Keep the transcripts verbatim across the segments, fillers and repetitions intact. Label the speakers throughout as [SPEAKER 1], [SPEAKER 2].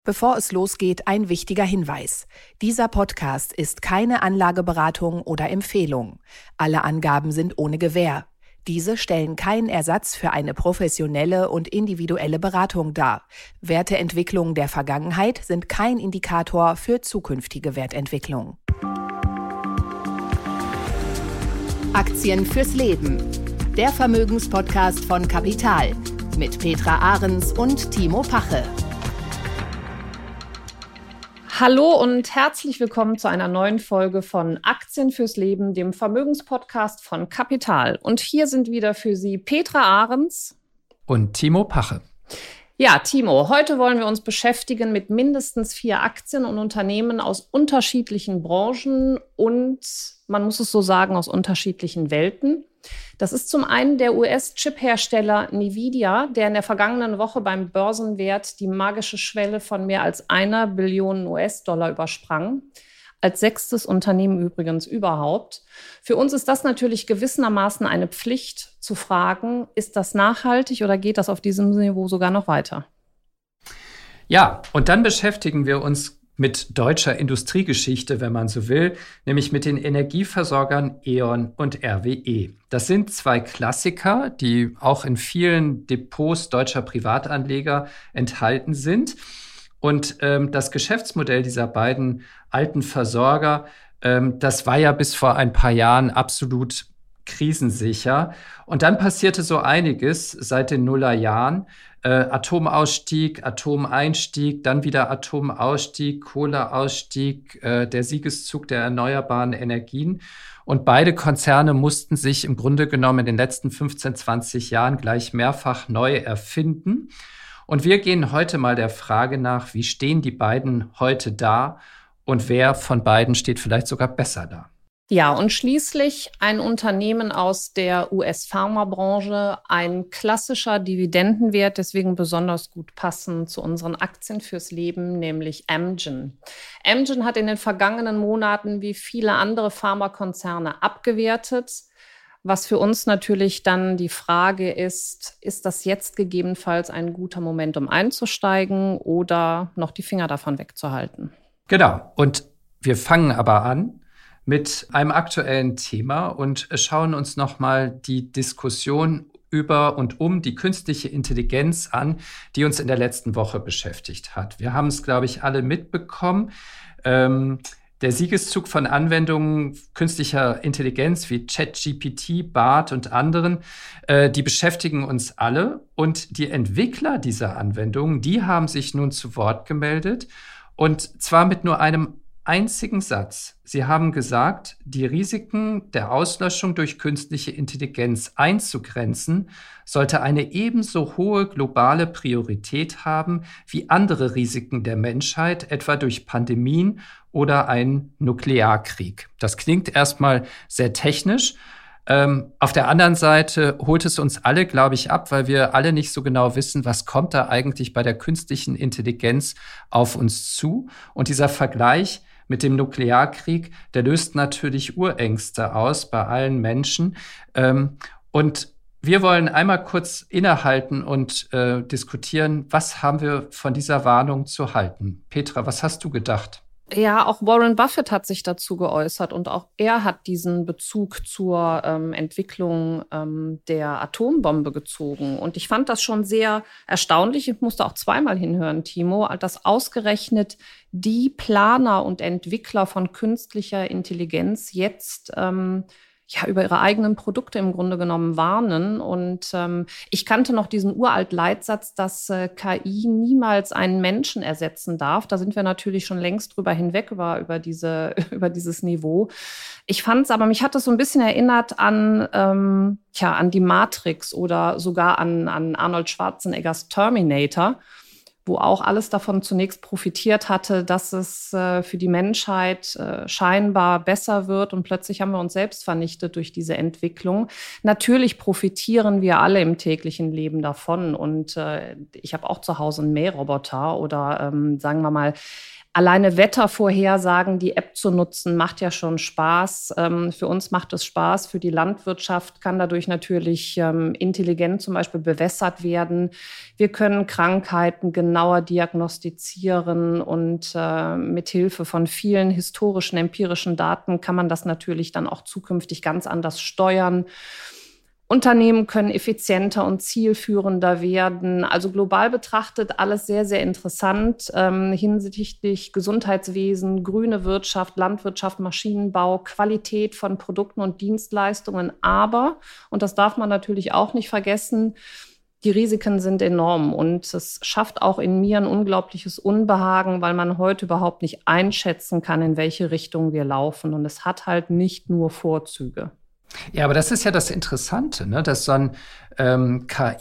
[SPEAKER 1] Bevor es losgeht, ein wichtiger Hinweis. Dieser Podcast ist keine Anlageberatung oder Empfehlung. Alle Angaben sind ohne Gewähr. Diese stellen keinen Ersatz für eine professionelle und individuelle Beratung dar. Werteentwicklungen der Vergangenheit sind kein Indikator für zukünftige Wertentwicklung. Aktien fürs Leben. Der Vermögenspodcast von Kapital mit Petra Ahrens und Timo Pache.
[SPEAKER 2] Hallo und herzlich willkommen zu einer neuen Folge von Aktien fürs Leben, dem Vermögenspodcast von Kapital. Und hier sind wieder für Sie Petra Ahrens
[SPEAKER 3] und Timo Pache.
[SPEAKER 2] Ja, Timo, heute wollen wir uns beschäftigen mit mindestens vier Aktien und Unternehmen aus unterschiedlichen Branchen und, man muss es so sagen, aus unterschiedlichen Welten. Das ist zum einen der U S-Chip-Hersteller Nvidia, der in der vergangenen Woche beim Börsenwert die magische Schwelle von mehr als einer Billion U S-Dollar übersprang. Als sechstes Unternehmen übrigens überhaupt. Für uns ist das natürlich gewissermaßen eine Pflicht zu fragen, ist das nachhaltig oder geht das auf diesem Niveau sogar noch weiter?
[SPEAKER 3] Ja, und dann beschäftigen wir uns mit deutscher Industriegeschichte, wenn man so will, nämlich mit den Energieversorgern E.ON und R W E. Das sind zwei Klassiker, die auch in vielen Depots deutscher Privatanleger enthalten sind. Und ähm, das Geschäftsmodell dieser beiden alten Versorger, ähm, das war ja bis vor ein paar Jahren absolut krisensicher. Und dann passierte so einiges seit den Nullerjahren. Äh, Atomausstieg, Atomeinstieg, dann wieder Atomausstieg, Kohleausstieg, äh, der Siegeszug der erneuerbaren Energien. Und beide Konzerne mussten sich im Grunde genommen in den letzten fünfzehn, zwanzig Jahren gleich mehrfach neu erfinden. Und wir gehen heute mal der Frage nach, wie stehen die beiden heute da und wer von beiden steht vielleicht sogar besser da?
[SPEAKER 2] Ja, und schließlich ein Unternehmen aus der U S-Pharmabranche, ein klassischer Dividendenwert, deswegen besonders gut passend zu unseren Aktien fürs Leben, nämlich Amgen. Amgen hat in den vergangenen Monaten wie viele andere Pharmakonzerne abgewertet. Was für uns natürlich dann die Frage ist, ist das jetzt gegebenenfalls ein guter Moment, um einzusteigen oder noch die Finger davon wegzuhalten?
[SPEAKER 3] Genau. Und wir fangen aber an mit einem aktuellen Thema und schauen uns nochmal die Diskussion über und um die künstliche Intelligenz an, die uns in der letzten Woche beschäftigt hat. Wir haben es, glaube ich, alle mitbekommen. Ähm, Der Siegeszug von Anwendungen künstlicher Intelligenz wie ChatGPT, Bard und anderen, äh, die beschäftigen uns alle. Und die Entwickler dieser Anwendungen, die haben sich nun zu Wort gemeldet. Und zwar mit nur einem einzigen Satz. Sie haben gesagt, die Risiken der Auslöschung durch künstliche Intelligenz einzugrenzen, sollte eine ebenso hohe globale Priorität haben wie andere Risiken der Menschheit, etwa durch Pandemien oder einen Nuklearkrieg. Das klingt erstmal sehr technisch. Ähm, auf der anderen Seite holt es uns alle, glaube ich, ab, weil wir alle nicht so genau wissen, was kommt da eigentlich bei der künstlichen Intelligenz auf uns zu. Und dieser Vergleich mit dem Nuklearkrieg, der löst natürlich Urängste aus bei allen Menschen. Ähm, und wir wollen einmal kurz innehalten und äh, diskutieren, was haben wir von dieser Warnung zu halten. Petra, was hast du gedacht?
[SPEAKER 2] Ja, auch Warren Buffett hat sich dazu geäußert und auch er hat diesen Bezug zur ähm, Entwicklung ähm, der Atombombe gezogen. Und ich fand das schon sehr erstaunlich. Ich musste auch zweimal hinhören, Timo, dass ausgerechnet die Planer und Entwickler von künstlicher Intelligenz jetzt ähm, ja über ihre eigenen Produkte im Grunde genommen warnen. Und ähm, ich kannte noch diesen uralt Leitsatz, dass äh, K I niemals einen Menschen ersetzen darf. Da sind wir natürlich schon längst drüber hinweg, über, über, diese, über dieses Niveau. Ich fand es aber, mich hat es so ein bisschen erinnert an, ähm, tja, an die Matrix oder sogar an, an Arnold Schwarzeneggers Terminator, wo auch alles davon zunächst profitiert hatte, dass es äh, für die Menschheit äh, scheinbar besser wird. Und plötzlich haben wir uns selbst vernichtet durch diese Entwicklung. Natürlich profitieren wir alle im täglichen Leben davon. Und äh, ich habe auch zu Hause einen Mähroboter oder ähm, sagen wir mal Alleine Wettervorhersagen, die App zu nutzen, macht ja schon Spaß. Ähm, für uns macht es Spaß. Für die Landwirtschaft kann dadurch natürlich ähm, intelligent zum Beispiel bewässert werden. Wir können Krankheiten genauer diagnostizieren und äh, mit Hilfe von vielen historischen, empirischen Daten kann man das natürlich dann auch zukünftig ganz anders steuern. Unternehmen können effizienter und zielführender werden. Also global betrachtet alles sehr, sehr interessant ähm, hinsichtlich Gesundheitswesen, grüne Wirtschaft, Landwirtschaft, Maschinenbau, Qualität von Produkten und Dienstleistungen. Aber, und das darf man natürlich auch nicht vergessen, die Risiken sind enorm und es schafft auch in mir ein unglaubliches Unbehagen, weil man heute überhaupt nicht einschätzen kann, in welche Richtung wir laufen. Und es hat halt nicht nur Vorzüge.
[SPEAKER 3] Ja, aber das ist ja das Interessante, ne? Dass so ein ähm, K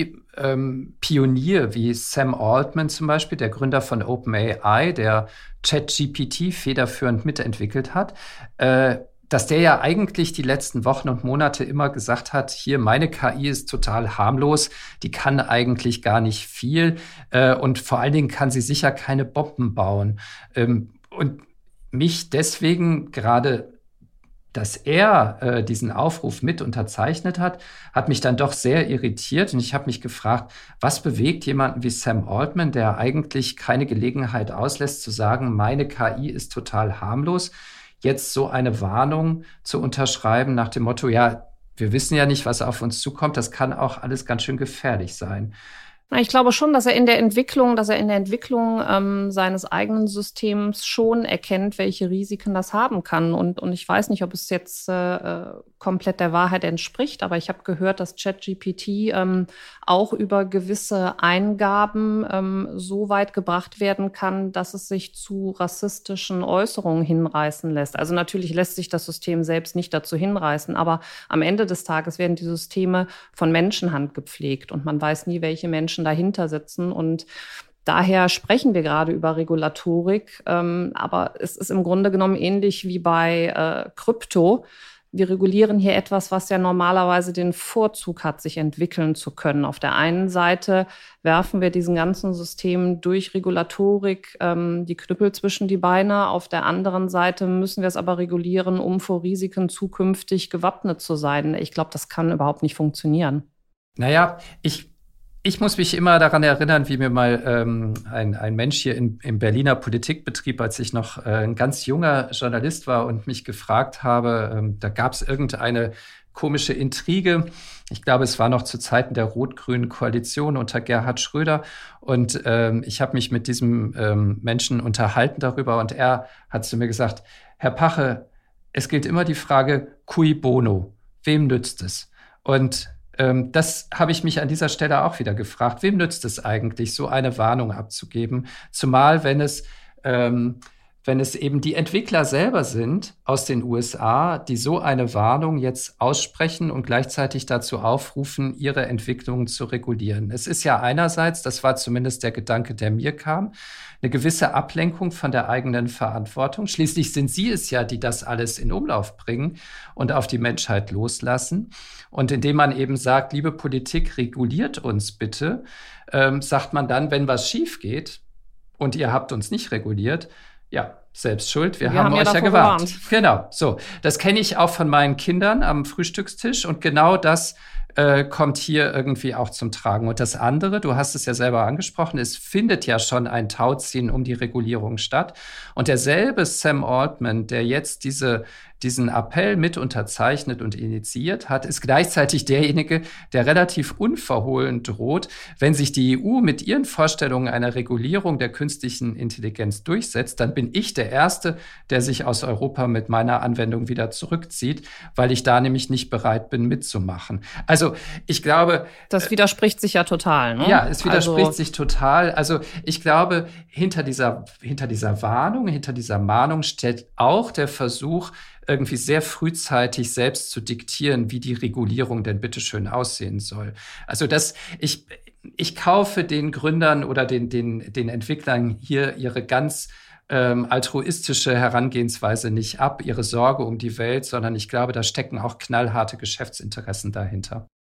[SPEAKER 3] I-Pionier ähm, wie Sam Altman zum Beispiel, der Gründer von OpenAI, der ChatGPT federführend mitentwickelt hat, äh, dass der ja eigentlich die letzten Wochen und Monate immer gesagt hat, hier, meine K I ist total harmlos, die kann eigentlich gar nicht viel äh, und vor allen Dingen kann sie sicher keine Bomben bauen. Ähm, und mich deswegen gerade dass er äh, diesen Aufruf mit unterzeichnet hat, hat mich dann doch sehr irritiert. Und ich habe mich gefragt, was bewegt jemanden wie Sam Altman, der eigentlich keine Gelegenheit auslässt, zu sagen, meine K I ist total harmlos, jetzt so eine Warnung zu unterschreiben nach dem Motto, ja, wir wissen ja nicht, was auf uns zukommt, das kann auch alles ganz schön gefährlich sein.
[SPEAKER 2] Ich glaube schon, dass er in der Entwicklung, dass er in der Entwicklung ähm, seines eigenen Systems schon erkennt, welche Risiken das haben kann. Und, und ich weiß nicht, ob es jetzt äh, komplett der Wahrheit entspricht, aber ich habe gehört, dass ChatGPT ähm, auch über gewisse Eingaben ähm, so weit gebracht werden kann, dass es sich zu rassistischen Äußerungen hinreißen lässt. Also natürlich lässt sich das System selbst nicht dazu hinreißen, aber am Ende des Tages werden die Systeme von Menschenhand gepflegt und man weiß nie, welche Menschen dahinter sitzen und daher sprechen wir gerade über Regulatorik, ähm, aber es ist im Grunde genommen ähnlich wie bei äh, Krypto. Wir regulieren hier etwas, was ja normalerweise den Vorzug hat, sich entwickeln zu können. Auf der einen Seite werfen wir diesen ganzen Systemen durch Regulatorik ähm, die Knüppel zwischen die Beine. Auf der anderen Seite müssen wir es aber regulieren, um vor Risiken zukünftig gewappnet zu sein. Ich glaube, das kann überhaupt nicht funktionieren.
[SPEAKER 3] Naja, ich Ich muss mich immer daran erinnern, wie mir mal ähm, ein, ein Mensch hier in, im Berliner Politikbetrieb, als ich noch äh, ein ganz junger Journalist war und mich gefragt habe, ähm, da gab es irgendeine komische Intrige. Ich glaube, es war noch zu Zeiten der rot-grünen Koalition unter Gerhard Schröder. Und ähm, ich habe mich mit diesem ähm, Menschen unterhalten darüber und er hat zu mir gesagt, Herr Pache, es gilt immer die Frage, cui bono, wem nützt es? Und das habe ich mich an dieser Stelle auch wieder gefragt. Wem nützt es eigentlich, so eine Warnung abzugeben? Zumal, wenn es, ähm, wenn es eben die Entwickler selber sind aus den U S A, die so eine Warnung jetzt aussprechen und gleichzeitig dazu aufrufen, ihre Entwicklungen zu regulieren. Es ist ja einerseits, das war zumindest der Gedanke, der mir kam, eine gewisse Ablenkung von der eigenen Verantwortung. Schließlich sind sie es ja, die das alles in Umlauf bringen und auf die Menschheit loslassen. Und indem man eben sagt, liebe Politik, reguliert uns bitte, ähm, sagt man dann, wenn was schief geht und ihr habt uns nicht reguliert, ja, selbst schuld, wir, wir haben, haben euch ja, ja gewarnt. gewarnt. Genau, so. Das kenne ich auch von meinen Kindern am Frühstückstisch und genau das äh, kommt hier irgendwie auch zum Tragen. Und das andere, du hast es ja selber angesprochen, es findet ja schon ein Tauziehen um die Regulierung statt. Und derselbe Sam Altman, der jetzt diese diesen Appell mit unterzeichnet und initiiert hat, ist gleichzeitig derjenige, der relativ unverhohlen droht, wenn sich die E U mit ihren Vorstellungen einer Regulierung der künstlichen Intelligenz durchsetzt, dann bin ich der Erste, der sich aus Europa mit meiner Anwendung wieder zurückzieht, weil ich da nämlich nicht bereit bin, mitzumachen. Also ich glaube...
[SPEAKER 2] Das widerspricht sich ja total, ne?
[SPEAKER 3] Ja, es widerspricht
[SPEAKER 2] also
[SPEAKER 3] sich total. Also ich glaube, hinter dieser, hinter dieser Warnung, hinter dieser Mahnung steht auch der Versuch, irgendwie sehr frühzeitig selbst zu diktieren, wie die Regulierung denn bitteschön aussehen soll. Also das, ich, ich kaufe den Gründern oder den, den, den Entwicklern hier ihre ganz ähm, altruistische Herangehensweise nicht ab, ihre Sorge um die Welt, sondern ich glaube, da stecken auch knallharte Geschäftsinteressen dahinter.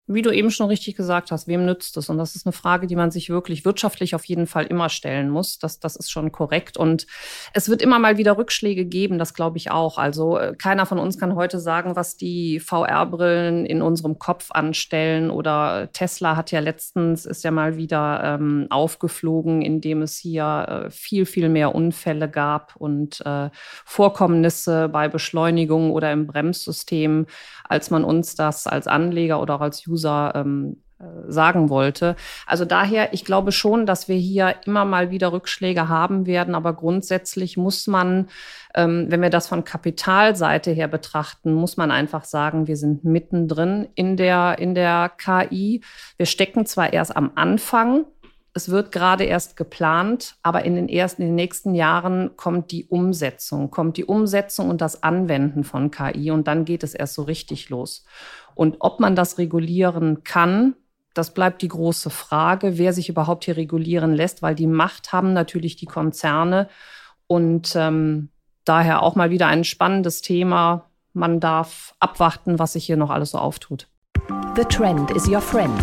[SPEAKER 2] Wie du eben schon richtig gesagt hast, wem nützt es? Und das ist eine Frage, die man sich wirklich wirtschaftlich auf jeden Fall immer stellen muss. Das, das ist schon korrekt. Und es wird immer mal wieder Rückschläge geben, das glaube ich auch. Also keiner von uns kann heute sagen, was die V R-Brillen in unserem Kopf anstellen. Oder Tesla hat ja letztens, ist ja mal wieder ähm, aufgeflogen, indem es hier äh, viel, viel mehr Unfälle gab und äh, Vorkommnisse bei Beschleunigung oder im Bremssystem, als man uns das als Anleger oder auch als User ähm, sagen wollte. Also daher, ich glaube schon, dass wir hier immer mal wieder Rückschläge haben werden, aber grundsätzlich muss man, ähm, wenn wir das von Kapitalseite her betrachten, muss man einfach sagen, wir sind mittendrin in der, in der K I. Wir stecken zwar erst am Anfang, es wird gerade erst geplant, aber in den ersten, in den nächsten Jahren kommt die Umsetzung, kommt die Umsetzung und das Anwenden von K I und dann geht es erst so richtig los. Und ob man das regulieren kann, das bleibt die große Frage, wer sich überhaupt hier regulieren lässt, weil die Macht haben natürlich die Konzerne und ähm, daher auch mal wieder ein spannendes Thema. Man darf abwarten, was sich hier noch alles so auftut.
[SPEAKER 1] The trend is your friend.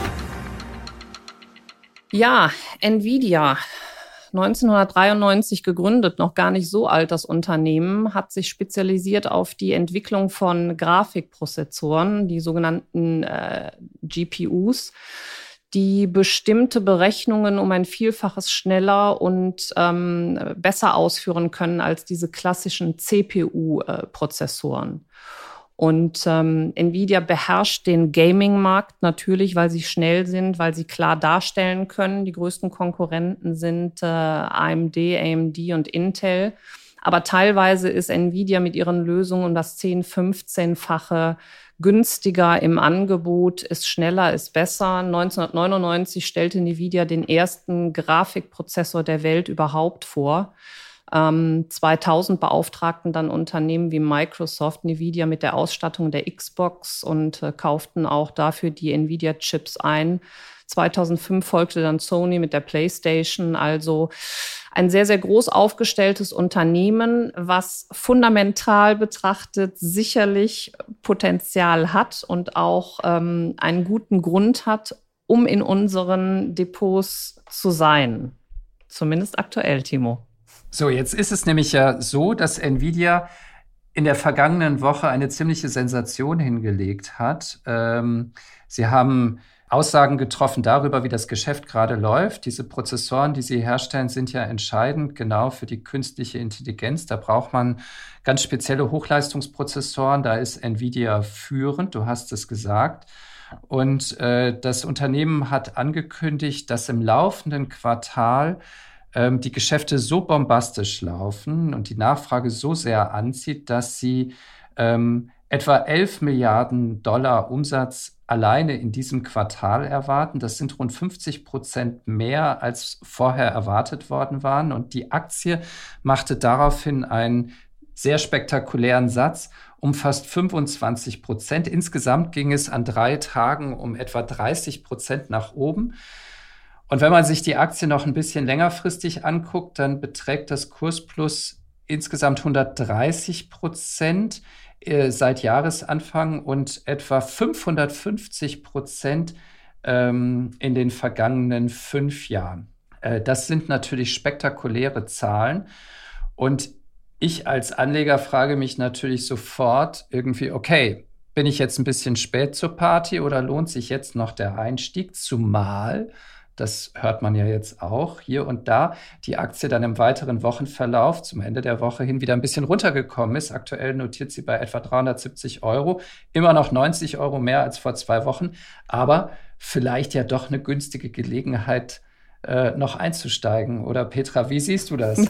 [SPEAKER 2] Ja, Nvidia, neunzehnhundertdreiundneunzig gegründet, noch gar nicht so alt das Unternehmen, hat sich spezialisiert auf die Entwicklung von Grafikprozessoren, die sogenannten äh, G P Us, die bestimmte Berechnungen um ein Vielfaches schneller und ähm, besser ausführen können als diese klassischen C P U-Prozessoren. Und ähm, Nvidia beherrscht den Gaming-Markt natürlich, weil sie schnell sind, weil sie klar darstellen können. Die größten Konkurrenten sind äh, A M D, A M D und Intel. Aber teilweise ist Nvidia mit ihren Lösungen um das zehn-, fünfzehnfache günstiger im Angebot, ist schneller, ist besser. neunzehnhundertneunundneunzig stellte Nvidia den ersten Grafikprozessor der Welt überhaupt vor. Ähm, zweitausend beauftragten dann Unternehmen wie Microsoft, Nvidia mit der Ausstattung der Xbox und äh, kauften auch dafür die Nvidia-Chips ein. zweitausendfünf folgte dann Sony mit der PlayStation, also ein sehr, sehr groß aufgestelltes Unternehmen, was fundamental betrachtet sicherlich Potenzial hat und auch ähm, einen guten Grund hat, um in unseren Depots zu sein. Zumindest aktuell, Timo.
[SPEAKER 3] So, jetzt ist es nämlich ja so, dass Nvidia in der vergangenen Woche eine ziemliche Sensation hingelegt hat. Ähm, sie haben Aussagen getroffen darüber, wie das Geschäft gerade läuft. Diese Prozessoren, die sie herstellen, sind ja entscheidend genau für die künstliche Intelligenz. Da braucht man ganz spezielle Hochleistungsprozessoren. Da ist Nvidia führend, du hast es gesagt. Und äh, das Unternehmen hat angekündigt, dass im laufenden Quartal die Geschäfte so bombastisch laufen und die Nachfrage so sehr anzieht, dass sie ähm, etwa elf Milliarden Dollar Umsatz alleine in diesem Quartal erwarten. Das sind rund fünfzig Prozent mehr, als vorher erwartet worden waren. Und die Aktie machte daraufhin einen sehr spektakulären Satz um fast fünfundzwanzig Prozent. Insgesamt ging es an drei Tagen um etwa dreißig Prozent nach oben. Und wenn man sich die Aktie noch ein bisschen längerfristig anguckt, dann beträgt das Kursplus insgesamt hundertdreißig Prozent äh, seit Jahresanfang und etwa fünfhundertfünfzig Prozent ähm, in den vergangenen fünf Jahren. Äh, das sind natürlich spektakuläre Zahlen. Und ich als Anleger frage mich natürlich sofort irgendwie, okay, bin ich jetzt ein bisschen spät zur Party oder lohnt sich jetzt noch der Einstieg? Zumal, das hört man ja jetzt auch hier und da, die Aktie dann im weiteren Wochenverlauf zum Ende der Woche hin wieder ein bisschen runtergekommen ist. Aktuell notiert sie bei etwa dreihundertsiebzig Euro, immer noch neunzig Euro mehr als vor zwei Wochen, aber vielleicht ja doch eine günstige Gelegenheit, äh, noch einzusteigen. Oder Petra, wie siehst du das?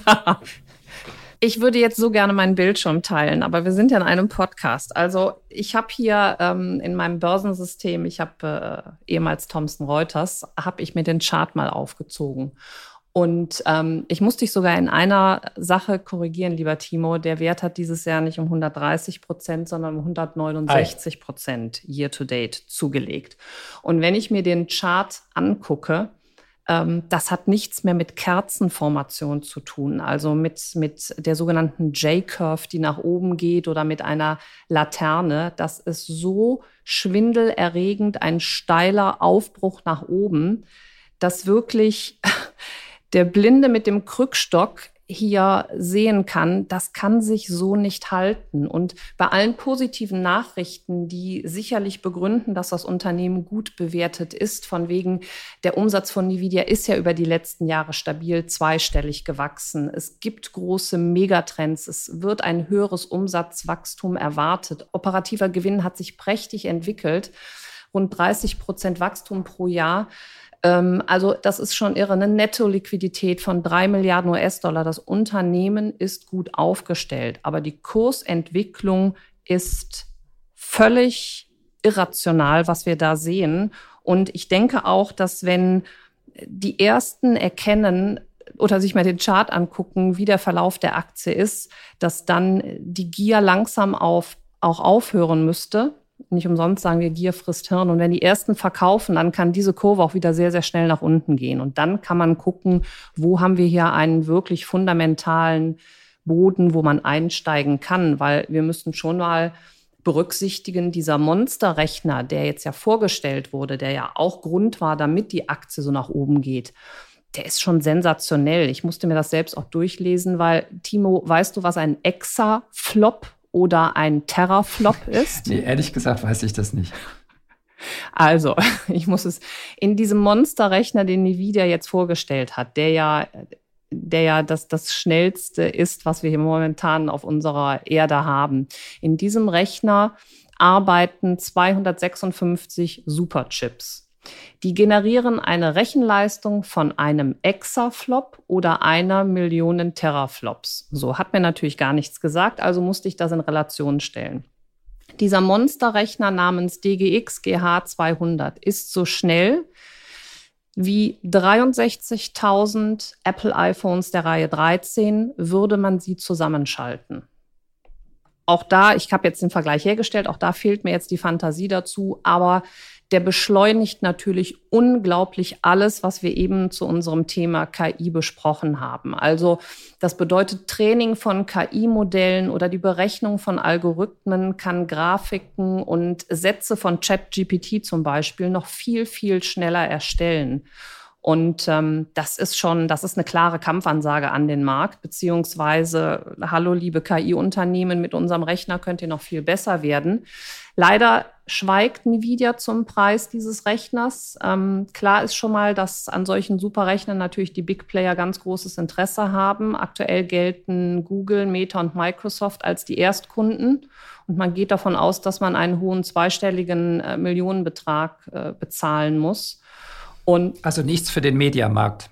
[SPEAKER 2] Ich würde jetzt so gerne meinen Bildschirm teilen, aber wir sind ja in einem Podcast. Also ich habe hier ähm, in meinem Börsensystem, ich habe äh, ehemals Thomson Reuters, habe ich mir den Chart mal aufgezogen. Und ähm, ich muss dich sogar in einer Sache korrigieren, lieber Timo. Der Wert hat dieses Jahr nicht um hundertdreißig Prozent, sondern um hundertneunundsechzig Prozent year to date zugelegt. Und wenn ich mir den Chart angucke, ähm, das hat nichts mehr mit Kerzenformation zu tun, also mit, mit der sogenannten J-Curve, die nach oben geht oder mit einer Laterne. Das ist so schwindelerregend, ein steiler Aufbruch nach oben, dass wirklich der Blinde mit dem Krückstock hier sehen kann, das kann sich so nicht halten. Und bei allen positiven Nachrichten, die sicherlich begründen, dass das Unternehmen gut bewertet ist, von wegen der Umsatz von Nvidia ist ja über die letzten Jahre stabil zweistellig gewachsen. Es gibt große Megatrends. Es wird ein höheres Umsatzwachstum erwartet. Operativer Gewinn hat sich prächtig entwickelt. Rund dreißig Prozent Wachstum pro Jahr. Also das ist schon irre, eine Netto-Liquidität von drei Milliarden U S-Dollar. Das Unternehmen ist gut aufgestellt, aber die Kursentwicklung ist völlig irrational, was wir da sehen. Und ich denke auch, dass wenn die Ersten erkennen oder sich mal den Chart angucken, wie der Verlauf der Aktie ist, dass dann die Gier langsam auf, auch aufhören müsste. Nicht umsonst sagen wir, Gier frisst Hirn. Und wenn die Ersten verkaufen, dann kann diese Kurve auch wieder sehr, sehr schnell nach unten gehen. Und dann kann man gucken, wo haben wir hier einen wirklich fundamentalen Boden, wo man einsteigen kann. Weil wir müssten schon mal berücksichtigen, dieser Monsterrechner, der jetzt ja vorgestellt wurde, der ja auch Grund war, damit die Aktie so nach oben geht, der ist schon sensationell. Ich musste mir das selbst auch durchlesen, weil, Timo, weißt du, was ein Exaflop oder ein Teraflop ist?
[SPEAKER 3] Nee, ehrlich gesagt weiß ich das nicht.
[SPEAKER 2] Also, ich muss es in diesem Monsterrechner, den Nvidia jetzt vorgestellt hat, der ja, der ja das, das schnellste ist, was wir hier momentan auf unserer Erde haben. In diesem Rechner arbeiten zweihundertsechsundfünfzig Superchips. Die generieren eine Rechenleistung von einem Exaflop oder einer Million Teraflops. So, hat mir natürlich gar nichts gesagt, also musste ich das in Relation stellen. Dieser Monsterrechner namens D G X G H zweihundert ist so schnell wie dreiundsechzigtausend Apple iPhones der Reihe dreizehn, würde man sie zusammenschalten. Auch da, ich habe jetzt den Vergleich hergestellt, auch da fehlt mir jetzt die Fantasie dazu, aber der beschleunigt natürlich unglaublich alles, was wir eben zu unserem Thema K I besprochen haben. Also das bedeutet, Training von K I-Modellen oder die Berechnung von Algorithmen kann Grafiken und Sätze von ChatGPT zum Beispiel noch viel, viel schneller erstellen. Und ähm, das ist schon, das ist eine klare Kampfansage an den Markt, beziehungsweise, hallo liebe K I-Unternehmen, mit unserem Rechner könnt ihr noch viel besser werden. Leider schweigt Nvidia zum Preis dieses Rechners. Ähm, klar ist schon mal, dass an solchen Superrechnern natürlich die Big Player ganz großes Interesse haben. Aktuell gelten Google, Meta und Microsoft als die Erstkunden. Und man geht davon aus, dass man einen hohen zweistelligen äh, Millionenbetrag äh, bezahlen muss. Und
[SPEAKER 3] also nichts für den Mediamarkt.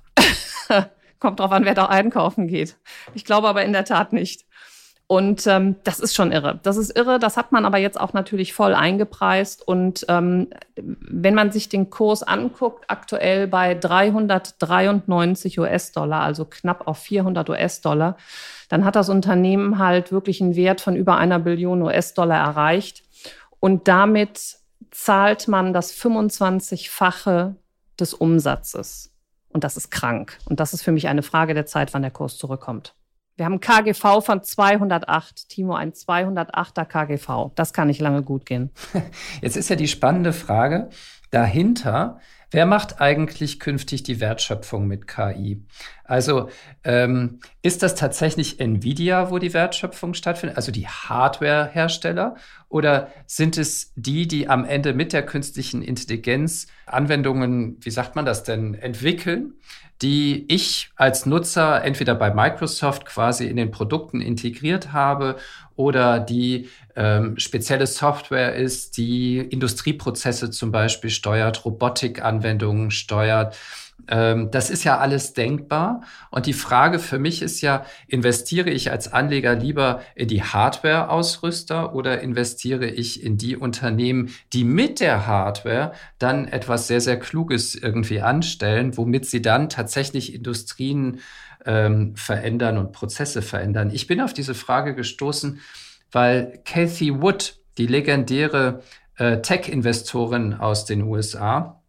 [SPEAKER 2] Kommt drauf an, wer da einkaufen geht. Ich glaube aber in der Tat nicht. Und ähm, das ist schon irre. Das ist irre, das hat man aber jetzt auch natürlich voll eingepreist. Und ähm, wenn man sich den Kurs anguckt, aktuell bei dreihundertdreiundneunzig U S-Dollar, also knapp auf vierhundert U S-Dollar, dann hat das Unternehmen halt wirklich einen Wert von über einer Billion U S-Dollar erreicht. Und damit zahlt man das fünfundzwanzigfache des Umsatzes. Und das ist krank. Und das ist für mich eine Frage der Zeit, wann der Kurs zurückkommt. Wir haben ein K G V von zweihundertacht. Timo, ein zweihundertachter K G V. Das kann nicht lange gut gehen.
[SPEAKER 3] Jetzt ist ja die spannende Frage dahinter, wer macht eigentlich künftig die Wertschöpfung mit K I? Also ähm, ist das tatsächlich Nvidia, wo die Wertschöpfung stattfindet, also die Hardware-Hersteller? Oder sind es die, die am Ende mit der künstlichen Intelligenz Anwendungen, wie sagt man das denn, entwickeln, die ich als Nutzer entweder bei Microsoft quasi in den Produkten integriert habe oder die ähm, spezielle Software ist, die Industrieprozesse zum Beispiel steuert, Robotikanwendungen steuert. Ähm, das ist ja alles denkbar. Und die Frage für mich ist ja, investiere ich als Anleger lieber in die Hardware-Ausrüster oder investiere ich in die Unternehmen, die mit der Hardware dann etwas sehr, sehr Kluges irgendwie anstellen, womit sie dann tatsächlich Industrien ähm, verändern und Prozesse verändern? Ich bin auf diese Frage gestoßen, weil Cathie Wood, die legendäre äh, Tech-Investorin aus den U S A,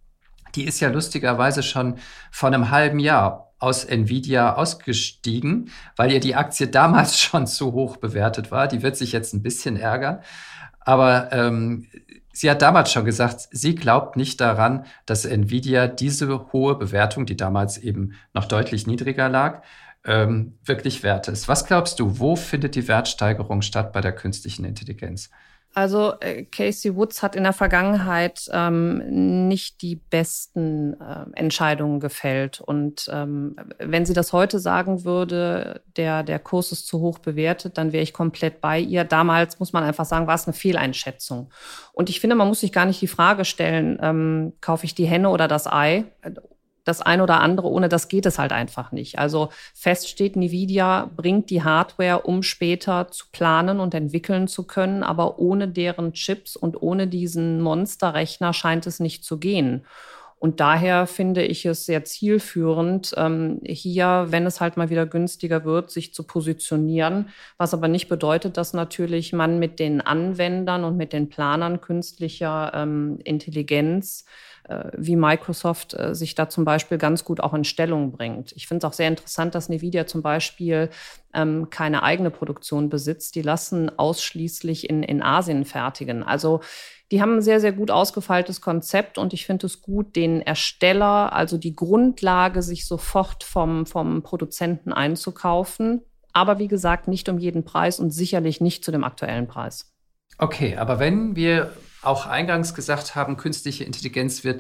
[SPEAKER 3] die ist ja lustigerweise schon vor einem halben Jahr aus Nvidia ausgestiegen, weil ihr die Aktie damals schon zu hoch bewertet war. Die wird sich jetzt ein bisschen ärgern. Aber ähm, sie hat damals schon gesagt, sie glaubt nicht daran, dass Nvidia diese hohe Bewertung, die damals eben noch deutlich niedriger lag, ähm, wirklich wert ist. Was glaubst du, wo findet die Wertsteigerung statt bei der künstlichen Intelligenz?
[SPEAKER 2] Also äh, Casey Woods hat in der Vergangenheit ähm, nicht die besten äh, Entscheidungen gefällt. Und ähm, wenn sie das heute sagen würde, der, der Kurs ist zu hoch bewertet, dann wäre ich komplett bei ihr. Damals, muss man einfach sagen, war es eine Fehleinschätzung. Und ich finde, man muss sich gar nicht die Frage stellen, ähm, kaufe ich die Henne oder das Ei? Das eine oder andere, ohne das geht es halt einfach nicht. Also fest steht, Nvidia bringt die Hardware, um später zu planen und entwickeln zu können. Aber ohne deren Chips und ohne diesen Monsterrechner scheint es nicht zu gehen. Und daher finde ich es sehr zielführend, hier, wenn es halt mal wieder günstiger wird, sich zu positionieren. Was aber nicht bedeutet, dass natürlich man mit den Anwendern und mit den Planern künstlicher Intelligenz wie Microsoft äh, sich da zum Beispiel ganz gut auch in Stellung bringt. Ich finde es auch sehr interessant, dass Nvidia zum Beispiel ähm, keine eigene Produktion besitzt. Die lassen ausschließlich in, in Asien fertigen. Also die haben ein sehr, sehr gut ausgefeiltes Konzept und ich finde es gut, den Ersteller, also die Grundlage, sich sofort vom, vom Produzenten einzukaufen. Aber wie gesagt, nicht um jeden Preis und sicherlich nicht zu dem aktuellen Preis.
[SPEAKER 3] Okay, aber wenn wir auch eingangs gesagt haben, künstliche Intelligenz wird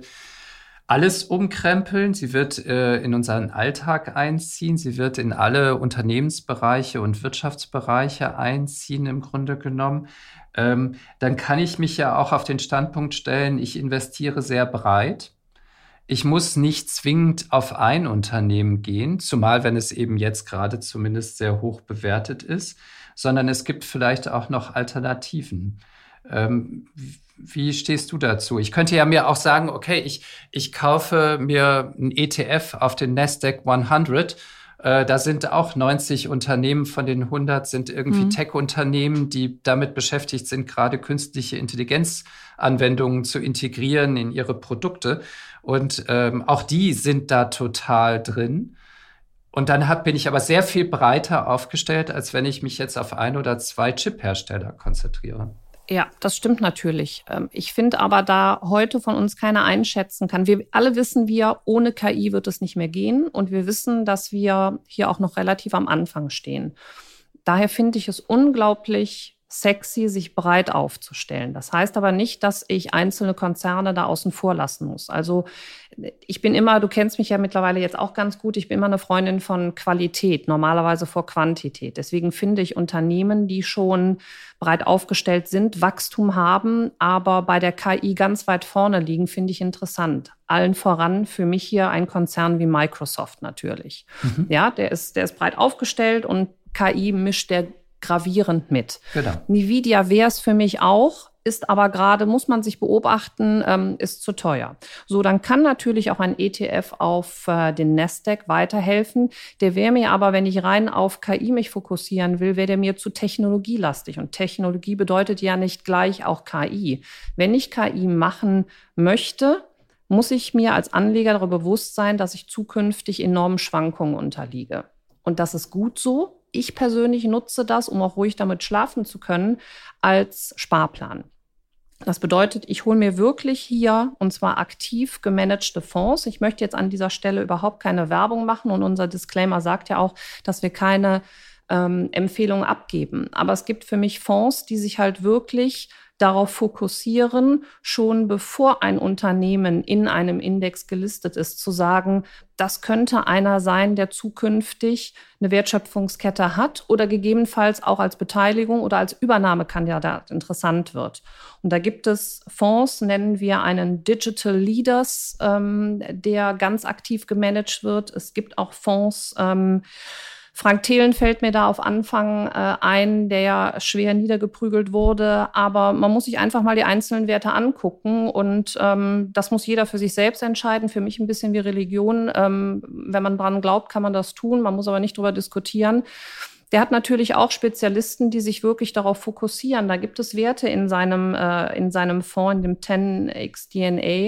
[SPEAKER 3] alles umkrempeln, sie wird äh, in unseren Alltag einziehen, sie wird in alle Unternehmensbereiche und Wirtschaftsbereiche einziehen im Grunde genommen, ähm, dann kann ich mich ja auch auf den Standpunkt stellen, ich investiere sehr breit. Ich muss nicht zwingend auf ein Unternehmen gehen, zumal wenn es eben jetzt gerade zumindest sehr hoch bewertet ist, sondern es gibt vielleicht auch noch Alternativen. Ähm, wie stehst du dazu? Ich könnte ja mir auch sagen, okay, ich, ich kaufe mir ein E T F auf den Nasdaq hundert. Äh, da sind auch neunzig Unternehmen von den hundert sind irgendwie mhm. Tech-Unternehmen, die damit beschäftigt sind, gerade künstliche Intelligenzanwendungen zu integrieren in ihre Produkte. Und ähm, auch die sind da total drin. Und dann hab, bin ich aber sehr viel breiter aufgestellt, als wenn ich mich jetzt auf ein oder zwei Chip-Hersteller konzentriere.
[SPEAKER 2] Ja, das stimmt natürlich. Ich finde aber, da heute von uns keiner einschätzen kann. Wir alle wissen wir, ohne K I wird es nicht mehr gehen. Und wir wissen, dass wir hier auch noch relativ am Anfang stehen. Daher finde ich es unglaublich sexy, sich breit aufzustellen. Das heißt aber nicht, dass ich einzelne Konzerne da außen vor lassen muss. Also ich bin immer, du kennst mich ja mittlerweile jetzt auch ganz gut, ich bin immer eine Freundin von Qualität, normalerweise vor Quantität. Deswegen finde ich Unternehmen, die schon breit aufgestellt sind, Wachstum haben, aber bei der K I ganz weit vorne liegen, finde ich interessant. Allen voran für mich hier ein Konzern wie Microsoft natürlich. Mhm. Ja, der ist, der ist breit aufgestellt und K I mischt der gravierend mit. Genau. Nvidia wäre es für mich auch, ist aber gerade, muss man sich beobachten, ähm, ist zu teuer. So, dann kann natürlich auch ein E T F auf äh, den Nasdaq weiterhelfen. Der wäre mir aber, wenn ich rein auf K I mich fokussieren will, wäre der mir zu technologielastig. Und Technologie bedeutet ja nicht gleich auch K I. Wenn ich K I machen möchte, muss ich mir als Anleger darüber bewusst sein, dass ich zukünftig enormen Schwankungen unterliege. Und das ist gut so. Ich persönlich nutze das, um auch ruhig damit schlafen zu können, als Sparplan. Das bedeutet, ich hole mir wirklich hier, und zwar aktiv gemanagte Fonds. Ich möchte jetzt an dieser Stelle überhaupt keine Werbung machen und unser Disclaimer sagt ja auch, dass wir keine ähm, Empfehlungen abgeben. Aber es gibt für mich Fonds, die sich halt wirklich darauf fokussieren, schon bevor ein Unternehmen in einem Index gelistet ist, zu sagen, das könnte einer sein, der zukünftig eine Wertschöpfungskette hat oder gegebenenfalls auch als Beteiligung oder als Übernahmekandidat interessant wird. Und da gibt es Fonds, nennen wir einen Digital Leaders, ähm, der ganz aktiv gemanagt wird. Es gibt auch Fonds, ähm, Frank Thelen fällt mir da auf Anfang äh, ein, der ja schwer niedergeprügelt wurde. Aber man muss sich einfach mal die einzelnen Werte angucken. Und ähm, das muss jeder für sich selbst entscheiden. Für mich ein bisschen wie Religion. Ähm, wenn man dran glaubt, kann man das tun. Man muss aber nicht drüber diskutieren. Der hat natürlich auch Spezialisten, die sich wirklich darauf fokussieren. Da gibt es Werte in seinem, äh, in seinem Fonds, in dem zehn X D N A,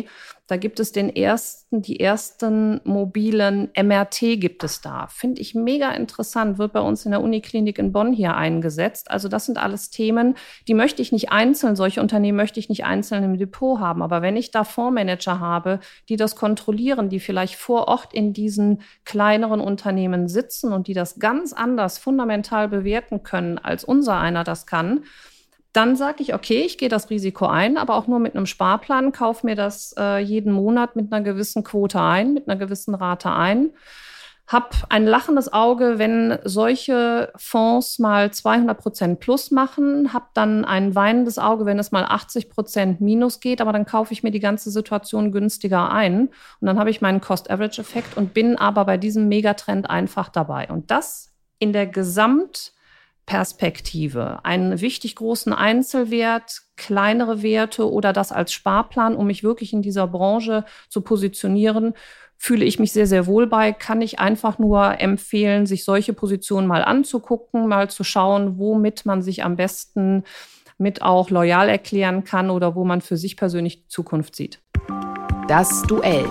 [SPEAKER 2] Da gibt es den ersten, die ersten mobilen M R T gibt es da. Finde ich mega interessant, wird bei uns in der Uniklinik in Bonn hier eingesetzt. Also das sind alles Themen, die möchte ich nicht einzeln, solche Unternehmen möchte ich nicht einzeln im Depot haben. Aber wenn ich da Fondsmanager habe, die das kontrollieren, die vielleicht vor Ort in diesen kleineren Unternehmen sitzen und die das ganz anders fundamental bewerten können, als unser einer das kann, dann sage ich, okay, ich gehe das Risiko ein, aber auch nur mit einem Sparplan, kaufe mir das äh, jeden Monat mit einer gewissen Quote ein, mit einer gewissen Rate ein. Hab ein lachendes Auge, wenn solche Fonds mal zweihundert Prozent plus machen, hab dann ein weinendes Auge, wenn es mal achtzig Prozent minus geht, aber dann kaufe ich mir die ganze Situation günstiger ein und dann habe ich meinen Cost-Average-Effekt und bin aber bei diesem Megatrend einfach dabei. Und das in der Gesamt Perspektive, einen wichtig großen Einzelwert, kleinere Werte oder das als Sparplan, um mich wirklich in dieser Branche zu positionieren, fühle ich mich sehr, sehr wohl bei. Kann ich einfach nur empfehlen, sich solche Positionen mal anzugucken, mal zu schauen, womit man sich am besten mit auch loyal erklären kann oder wo man für sich persönlich die Zukunft sieht.
[SPEAKER 1] Das Duell.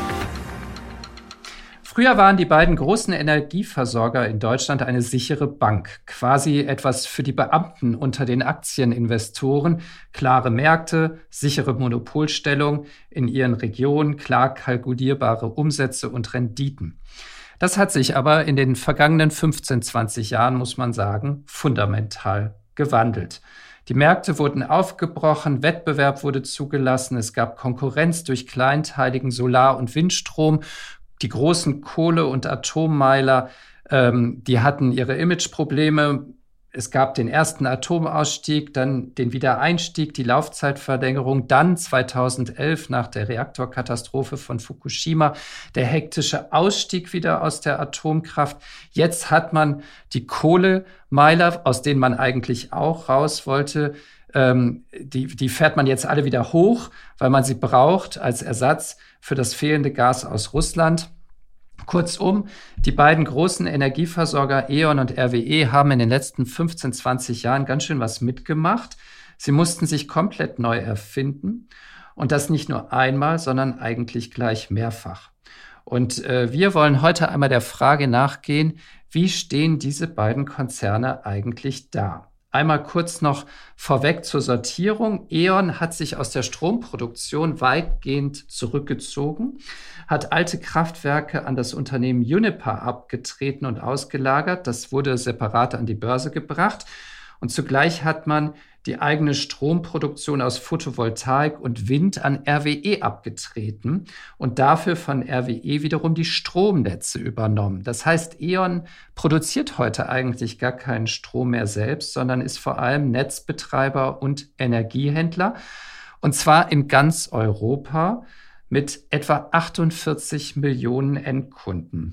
[SPEAKER 3] Früher waren die beiden großen Energieversorger in Deutschland eine sichere Bank, quasi etwas für die Beamten unter den Aktieninvestoren, klare Märkte, sichere Monopolstellung in ihren Regionen, klar kalkulierbare Umsätze und Renditen. Das hat sich aber in den vergangenen fünfzehn, zwanzig Jahren, muss man sagen, fundamental gewandelt. Die Märkte wurden aufgebrochen, Wettbewerb wurde zugelassen, es gab Konkurrenz durch kleinteiligen Solar- und Windstrom. Die großen Kohle- und Atommeiler, ähm, die hatten ihre Imageprobleme. Es gab den ersten Atomausstieg, dann den Wiedereinstieg, die Laufzeitverlängerung, dann zweitausendelf nach der Reaktorkatastrophe von Fukushima der hektische Ausstieg wieder aus der Atomkraft. Jetzt hat man die Kohlemeiler, aus denen man eigentlich auch raus wollte, ähm, die, die fährt man jetzt alle wieder hoch, weil man sie braucht als Ersatz für das fehlende Gas aus Russland. Kurzum, die beiden großen Energieversorger E ON und R W E haben in den letzten fünfzehn, zwanzig Jahren ganz schön was mitgemacht. Sie mussten sich komplett neu erfinden und das nicht nur einmal, sondern eigentlich gleich mehrfach. Und äh, wir wollen heute einmal der Frage nachgehen, wie stehen diese beiden Konzerne eigentlich da? Einmal kurz noch vorweg zur Sortierung. E ON hat sich aus der Stromproduktion weitgehend zurückgezogen, hat alte Kraftwerke an das Unternehmen Uniper abgetreten und ausgelagert. Das wurde separat an die Börse gebracht. Und zugleich hat man die eigene Stromproduktion aus Photovoltaik und Wind an R W E abgetreten und dafür von R W E wiederum die Stromnetze übernommen. Das heißt, E ON produziert heute eigentlich gar keinen Strom mehr selbst, sondern ist vor allem Netzbetreiber und Energiehändler, und zwar in ganz Europa mit etwa achtundvierzig Millionen Endkunden.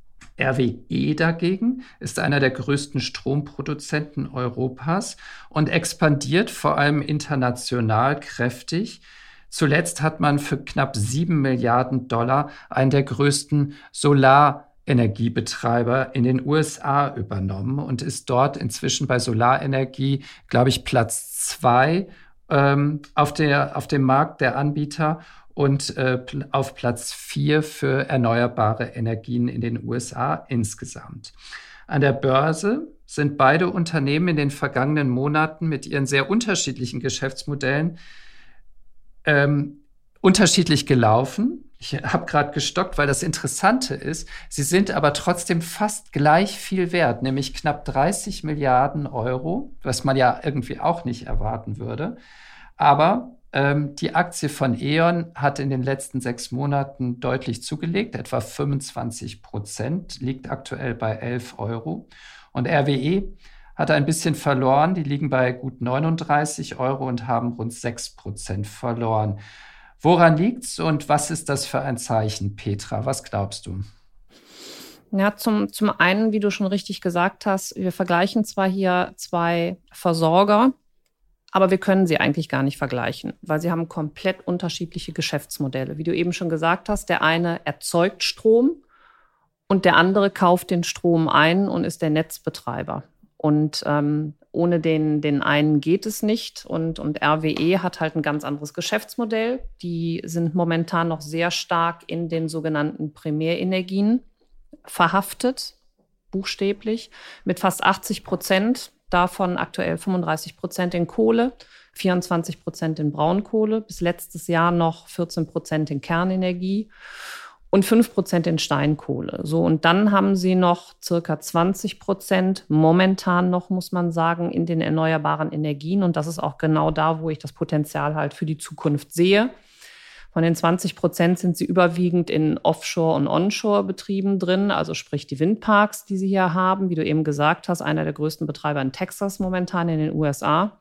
[SPEAKER 3] R W E dagegen ist einer der größten Stromproduzenten Europas und expandiert vor allem international kräftig. Zuletzt hat man für knapp sieben Milliarden Dollar einen der größten Solarenergiebetreiber in den U S A übernommen und ist dort inzwischen bei Solarenergie, glaube ich, Platz zwei ähm, auf der, auf dem Markt der Anbieter und äh, auf Platz vier für erneuerbare Energien in den U S A insgesamt. An der Börse sind beide Unternehmen in den vergangenen Monaten mit ihren sehr unterschiedlichen Geschäftsmodellen ähm, unterschiedlich gelaufen. Ich habe gerade gestockt, weil das Interessante ist, sie sind aber trotzdem fast gleich viel wert, nämlich knapp dreißig Milliarden Euro, was man ja irgendwie auch nicht erwarten würde. Aber ähm, die Aktie von E ON hat in den letzten sechs Monaten deutlich zugelegt, etwa fünfundzwanzig Prozent, liegt aktuell bei elf Euro. Und R W E hat ein bisschen verloren, die liegen bei gut neununddreißig Euro und haben rund sechs Prozent verloren. Woran liegt's und was ist das für ein Zeichen, Petra? Was glaubst du?
[SPEAKER 2] Ja, zum, zum einen, wie du schon richtig gesagt hast, wir vergleichen zwar hier zwei Versorger, aber wir können sie eigentlich gar nicht vergleichen, weil sie haben komplett unterschiedliche Geschäftsmodelle. Wie du eben schon gesagt hast, der eine erzeugt Strom und der andere kauft den Strom ein und ist der Netzbetreiber. Und ähm, ohne den, den einen geht es nicht. Und, und R W E hat halt ein ganz anderes Geschäftsmodell. Die sind momentan noch sehr stark in den sogenannten Primärenergien verhaftet, buchstäblich, mit fast achtzig Prozent, davon aktuell fünfunddreißig Prozent in Kohle, vierundzwanzig Prozent in Braunkohle, bis letztes Jahr noch vierzehn Prozent in Kernenergie und fünf Prozent in Steinkohle. So, und dann haben sie noch circa zwanzig Prozent, momentan noch, muss man sagen, in den erneuerbaren Energien. Und das ist auch genau da, wo ich das Potenzial halt für die Zukunft sehe. Von den zwanzig Prozent sind sie überwiegend in Offshore- und Onshore-Betrieben drin, also sprich die Windparks, die sie hier haben. Wie du eben gesagt hast, einer der größten Betreiber in Texas momentan in den U S A.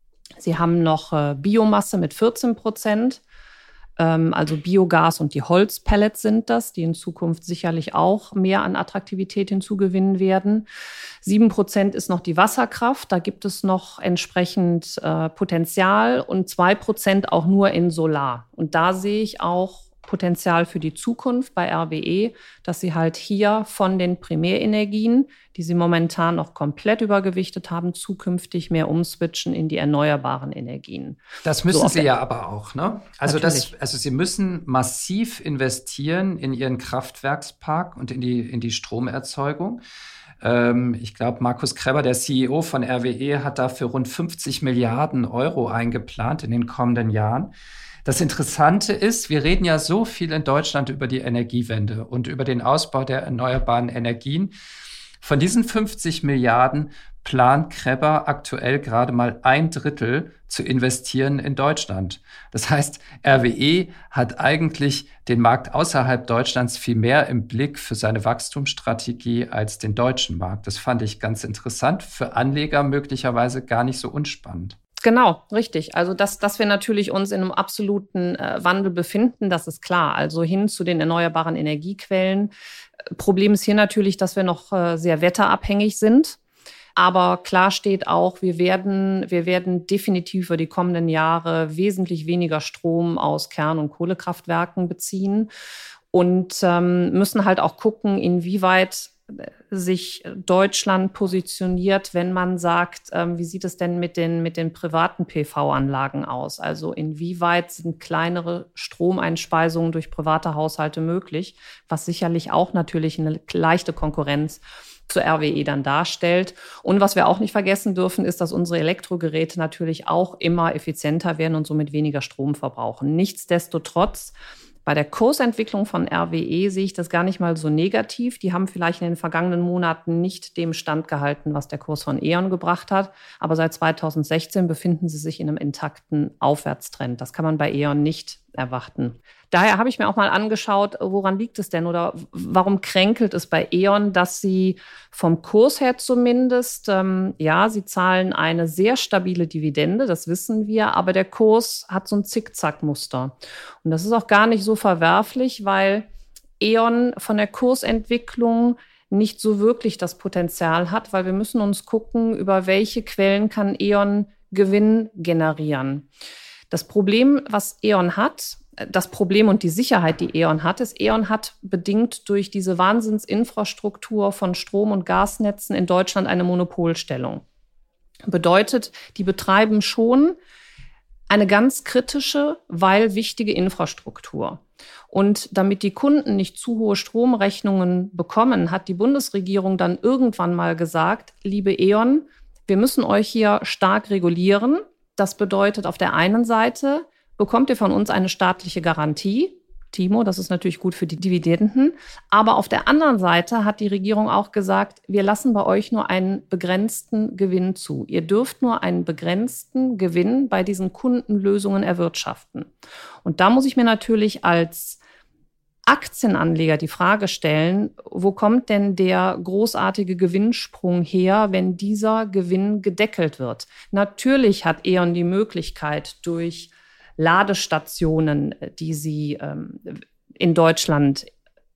[SPEAKER 2] Sie haben noch äh, Biomasse mit vierzehn Prozent, ähm, also Biogas und die Holzpellets sind das, die in Zukunft sicherlich auch mehr an Attraktivität hinzugewinnen werden. sieben Prozent ist noch die Wasserkraft, da gibt es noch entsprechend äh, Potenzial und zwei Prozent auch nur in Solar. Und da sehe ich auch Potenzial für die Zukunft bei R W E, dass sie halt hier von den Primärenergien, die sie momentan noch komplett übergewichtet haben, zukünftig mehr umswitchen in die erneuerbaren Energien.
[SPEAKER 3] Das müssen
[SPEAKER 2] so,
[SPEAKER 3] sie ja aber auch, ne? Also,
[SPEAKER 2] Natürlich.
[SPEAKER 3] das, also sie müssen massiv investieren in ihren Kraftwerkspark und in die, in die Stromerzeugung. Ähm, ich glaube, Markus Krebber, der C E O von R W E, hat dafür rund fünfzig Milliarden Euro eingeplant in den kommenden Jahren. Das Interessante ist, wir reden ja so viel in Deutschland über die Energiewende und über den Ausbau der erneuerbaren Energien. Von diesen fünfzig Milliarden plant Krebber aktuell gerade mal ein Drittel zu investieren in Deutschland. Das heißt, R W E hat eigentlich den Markt außerhalb Deutschlands viel mehr im Blick für seine Wachstumsstrategie als den deutschen Markt. Das fand ich ganz interessant, für Anleger möglicherweise gar nicht so unspannend.
[SPEAKER 2] Genau, richtig. Also, dass, dass wir natürlich uns in einem absoluten äh, Wandel befinden, das ist klar. Also hin zu den erneuerbaren Energiequellen. Problem ist hier natürlich, dass wir noch äh, sehr wetterabhängig sind. Aber klar steht auch, wir werden, wir werden definitiv für die kommenden Jahre wesentlich weniger Strom aus Kern- und Kohlekraftwerken beziehen und ähm, müssen halt auch gucken, inwieweit sich Deutschland positioniert, wenn man sagt, ähm, wie sieht es denn mit den, mit den privaten P V-Anlagen aus? Also inwieweit sind kleinere Stromeinspeisungen durch private Haushalte möglich, was sicherlich auch natürlich eine leichte Konkurrenz zur R W E dann darstellt. Und was wir auch nicht vergessen dürfen, ist, dass unsere Elektrogeräte natürlich auch immer effizienter werden und somit weniger Strom verbrauchen. Nichtsdestotrotz, bei der Kursentwicklung von R W E sehe ich das gar nicht mal so negativ. Die haben vielleicht in den vergangenen Monaten nicht dem Stand gehalten, was der Kurs von E.ON gebracht hat. Aber seit zweitausendsechzehn befinden sie sich in einem intakten Aufwärtstrend. Das kann man bei E.ON nicht erwarten. Daher habe ich mir auch mal angeschaut, woran liegt es denn oder warum kränkelt es bei E.ON, dass sie vom Kurs her zumindest, ähm, ja, sie zahlen eine sehr stabile Dividende, das wissen wir, aber der Kurs hat so ein Zickzackmuster. Und das ist auch gar nicht so verwerflich, weil E.ON von der Kursentwicklung nicht so wirklich das Potenzial hat, weil wir müssen uns gucken, über welche Quellen kann E.ON Gewinn generieren. Das Problem, was E.ON hat, das Problem und die Sicherheit, die E.ON hat, ist, E.ON hat bedingt durch diese Wahnsinnsinfrastruktur von Strom- und Gasnetzen in Deutschland eine Monopolstellung. Bedeutet, die betreiben schon eine ganz kritische, weil wichtige Infrastruktur. Und damit die Kunden nicht zu hohe Stromrechnungen bekommen, hat die Bundesregierung dann irgendwann mal gesagt, liebe E.ON, wir müssen euch hier stark regulieren. Das bedeutet, auf der einen Seite bekommt ihr von uns eine staatliche Garantie. Timo, das ist natürlich gut für die Dividenden. Aber auf der anderen Seite hat die Regierung auch gesagt, wir lassen bei euch nur einen begrenzten Gewinn zu. Ihr dürft nur einen begrenzten Gewinn bei diesen Kundenlösungen erwirtschaften. Und da muss ich mir natürlich als Aktienanleger die Frage stellen, wo kommt denn der großartige Gewinnsprung her, wenn dieser Gewinn gedeckelt wird? Natürlich hat E.ON die Möglichkeit, durch Ladestationen, die sie ähm, in Deutschland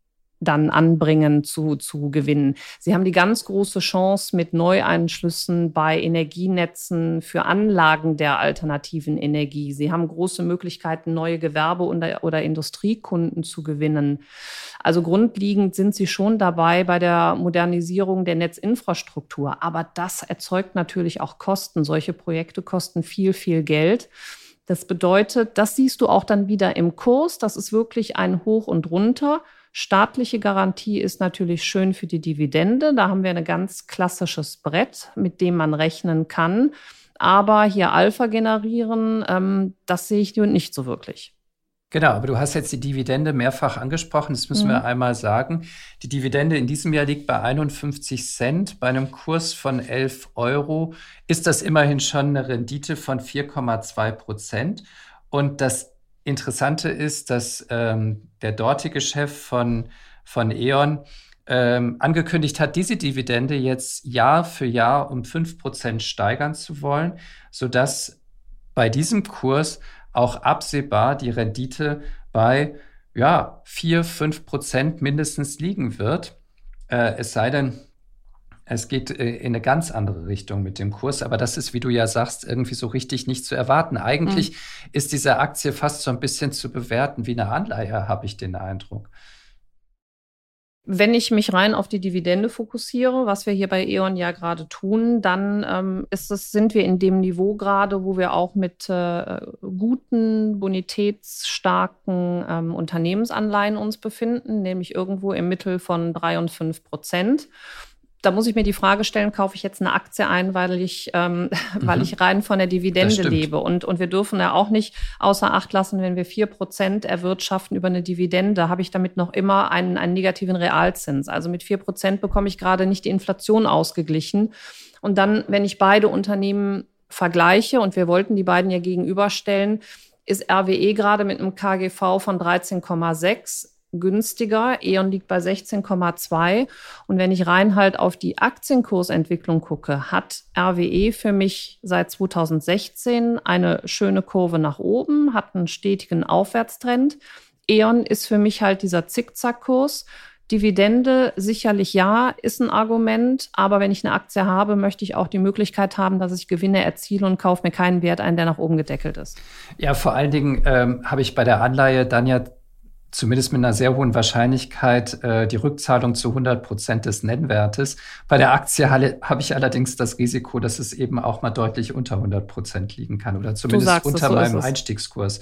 [SPEAKER 2] dann anbringen zu, zu gewinnen. Sie haben die ganz große Chance mit Neueinschlüssen bei Energienetzen für Anlagen der alternativen Energie. Sie haben große Möglichkeiten, neue Gewerbe- oder, oder Industriekunden zu gewinnen. Also grundlegend sind Sie schon dabei bei der Modernisierung der Netzinfrastruktur. Aber das erzeugt natürlich auch Kosten. Solche Projekte kosten viel, viel Geld. Das bedeutet, das siehst du auch dann wieder im Kurs. Das ist wirklich ein Hoch und Runter. Staatliche Garantie ist natürlich schön für die Dividende. Da haben wir ein ganz klassisches Brett, mit dem man rechnen kann. Aber hier Alpha generieren, ähm, das sehe ich nicht so wirklich.
[SPEAKER 3] Genau, aber du hast jetzt die Dividende mehrfach angesprochen. Das müssen mhm. wir einmal sagen. Die Dividende in diesem Jahr liegt bei einundfünfzig Cent. Bei einem Kurs von elf Euro ist das immerhin schon eine Rendite von vier Komma zwei Prozent. Und das Interessante ist, dass ähm, der dortige Chef von, von E.ON ähm, angekündigt hat, diese Dividende jetzt Jahr für Jahr um fünf Prozent steigern zu wollen, sodass bei diesem Kurs auch absehbar die Rendite bei ja, vier, fünf Prozent mindestens liegen wird. Äh, es sei denn, es geht äh, in eine ganz andere Richtung mit dem Kurs. Aber das ist, wie du ja sagst, irgendwie so richtig nicht zu erwarten. Eigentlich mhm. ist diese Aktie fast so ein bisschen zu bewerten wie eine Anleihe, habe ich den Eindruck.
[SPEAKER 2] Wenn ich mich rein auf die Dividende fokussiere, was wir hier bei E.ON ja gerade tun, dann ähm, ist es, sind wir in dem Niveau gerade, wo wir auch mit äh, guten, bonitätsstarken ähm, Unternehmensanleihen uns befinden, nämlich irgendwo im Mittel von drei und fünf Prozent. Da muss ich mir die Frage stellen, kaufe ich jetzt eine Aktie ein, weil ich, ähm, mhm. weil ich rein von der Dividende lebe. Und, und wir dürfen ja auch nicht außer Acht lassen, wenn wir vier Prozent erwirtschaften über eine Dividende, habe ich damit noch immer einen, einen negativen Realzins. Also mit vier Prozent bekomme ich gerade nicht die Inflation ausgeglichen. Und dann, wenn ich beide Unternehmen vergleiche, und wir wollten die beiden ja gegenüberstellen, ist R W E gerade mit einem K G V von dreizehn Komma sechs günstiger. E.ON liegt bei sechzehn Komma zwei. Und wenn ich rein halt auf die Aktienkursentwicklung gucke, hat R W E für mich seit zweitausendsechzehn eine schöne Kurve nach oben, hat einen stetigen Aufwärtstrend. E.ON ist für mich halt dieser Zickzackkurs. Dividende sicherlich ja, ist ein Argument. Aber wenn ich eine Aktie habe, möchte ich auch die Möglichkeit haben, dass ich Gewinne erziele und kaufe mir keinen Wert ein, der nach oben gedeckelt ist.
[SPEAKER 3] Ja, vor allen Dingen ähm, habe ich bei der Anleihe dann ja zumindest mit einer sehr hohen Wahrscheinlichkeit äh, die Rückzahlung zu hundert Prozent des Nennwertes. Bei der Aktie habe ich allerdings das Risiko, dass es eben auch mal deutlich unter hundert Prozent liegen kann oder zumindest unter
[SPEAKER 2] so
[SPEAKER 3] meinem Einstiegskurs.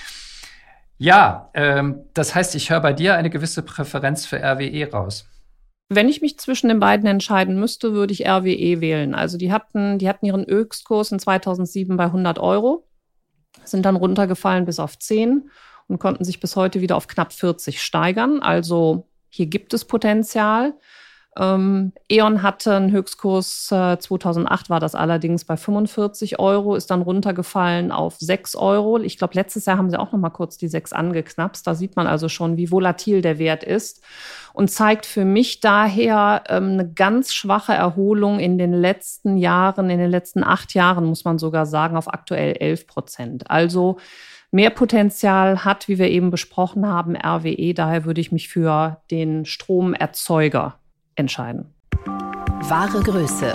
[SPEAKER 3] Ja, ähm, das heißt, ich höre bei dir eine gewisse Präferenz für R W E raus.
[SPEAKER 2] Wenn ich mich zwischen den beiden entscheiden müsste, würde ich R W E wählen. Also die hatten, die hatten ihren Höchstkurs in zweitausendsieben bei hundert Euro, sind dann runtergefallen bis auf zehn und konnten sich bis heute wieder auf knapp vierzig steigern. Also hier gibt es Potenzial. Ähm, E.ON hatte einen Höchstkurs, äh, zweitausendacht war das allerdings bei fünfundvierzig Euro, ist dann runtergefallen auf sechs Euro. Ich glaube, letztes Jahr haben sie auch noch mal kurz die sechs angeknapst. Da sieht man also schon, wie volatil der Wert ist und zeigt für mich daher ähm, eine ganz schwache Erholung in den letzten Jahren, in den letzten acht Jahren, muss man sogar sagen, auf aktuell elf Prozent. Also mehr Potenzial hat, wie wir eben besprochen haben, R W E. Daher würde ich mich für den Stromerzeuger entscheiden.
[SPEAKER 1] Wahre Größe.